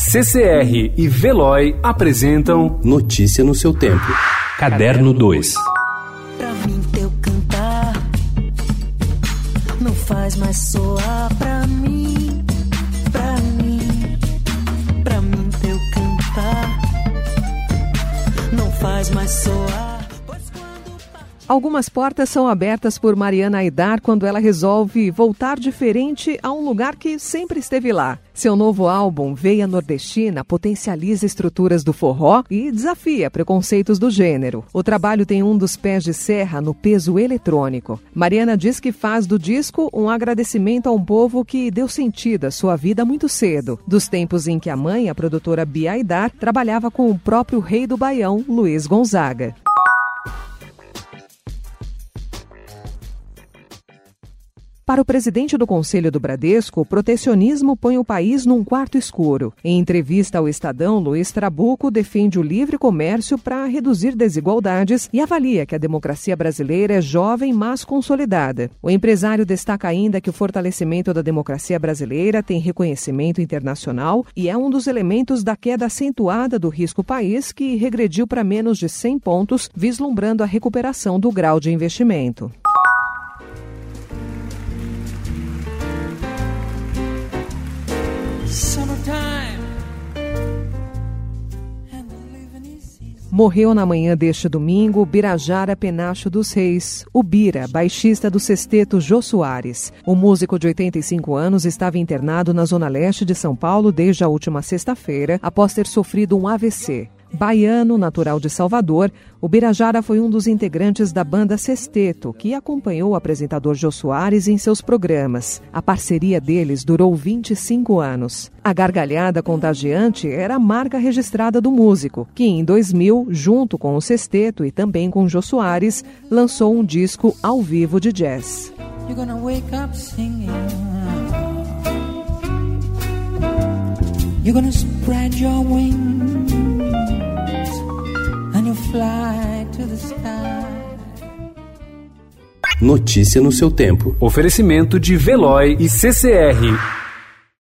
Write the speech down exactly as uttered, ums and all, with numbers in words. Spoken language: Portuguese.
C C R e Veloy apresentam Notícia no seu tempo. Caderno dois. Pra mim teu cantar não faz mais soar pra mim, pra mim, pra mim teu cantar não faz mais soar. Algumas portas são abertas por Mariana Aidar quando ela resolve voltar diferente a um lugar que sempre esteve lá. Seu novo álbum, Veia Nordestina, potencializa estruturas do forró e desafia preconceitos do gênero. O trabalho tem um dos pés de serra no peso eletrônico. Mariana diz que faz do disco um agradecimento a um povo que deu sentido à sua vida muito cedo, dos tempos em que a mãe, a produtora Bia Aidar, trabalhava com o próprio rei do Baião, Luiz Gonzaga. Para o presidente do Conselho do Bradesco, o protecionismo põe o país num quarto escuro. Em entrevista ao Estadão, Luiz Trabuco defende o livre comércio para reduzir desigualdades e avalia que a democracia brasileira é jovem, mas consolidada. O empresário destaca ainda que o fortalecimento da democracia brasileira tem reconhecimento internacional e é um dos elementos da queda acentuada do risco país, que regrediu para menos de cem pontos, vislumbrando a recuperação do grau de investimento. Morreu na manhã deste domingo Birajara Penacho dos Reis, o Bira, baixista do sexteto Jô Soares. O músico de oitenta e cinco anos estava internado na zona leste de São Paulo desde a última sexta-feira, após ter sofrido um A V C. Baiano, natural de Salvador, o Birajara foi um dos integrantes da banda Sexteto, que acompanhou o apresentador Jô Soares em seus programas. A parceria deles durou vinte e cinco anos. A gargalhada contagiante era a marca registrada do músico, que em dois mil, junto com o Sexteto e também com Jô Soares, lançou um disco ao vivo de jazz. You're gonna wake up singing. You're gonna spread your wings and you fly to the sky. Notícia no seu tempo. Oferecimento de Veloy e C C R.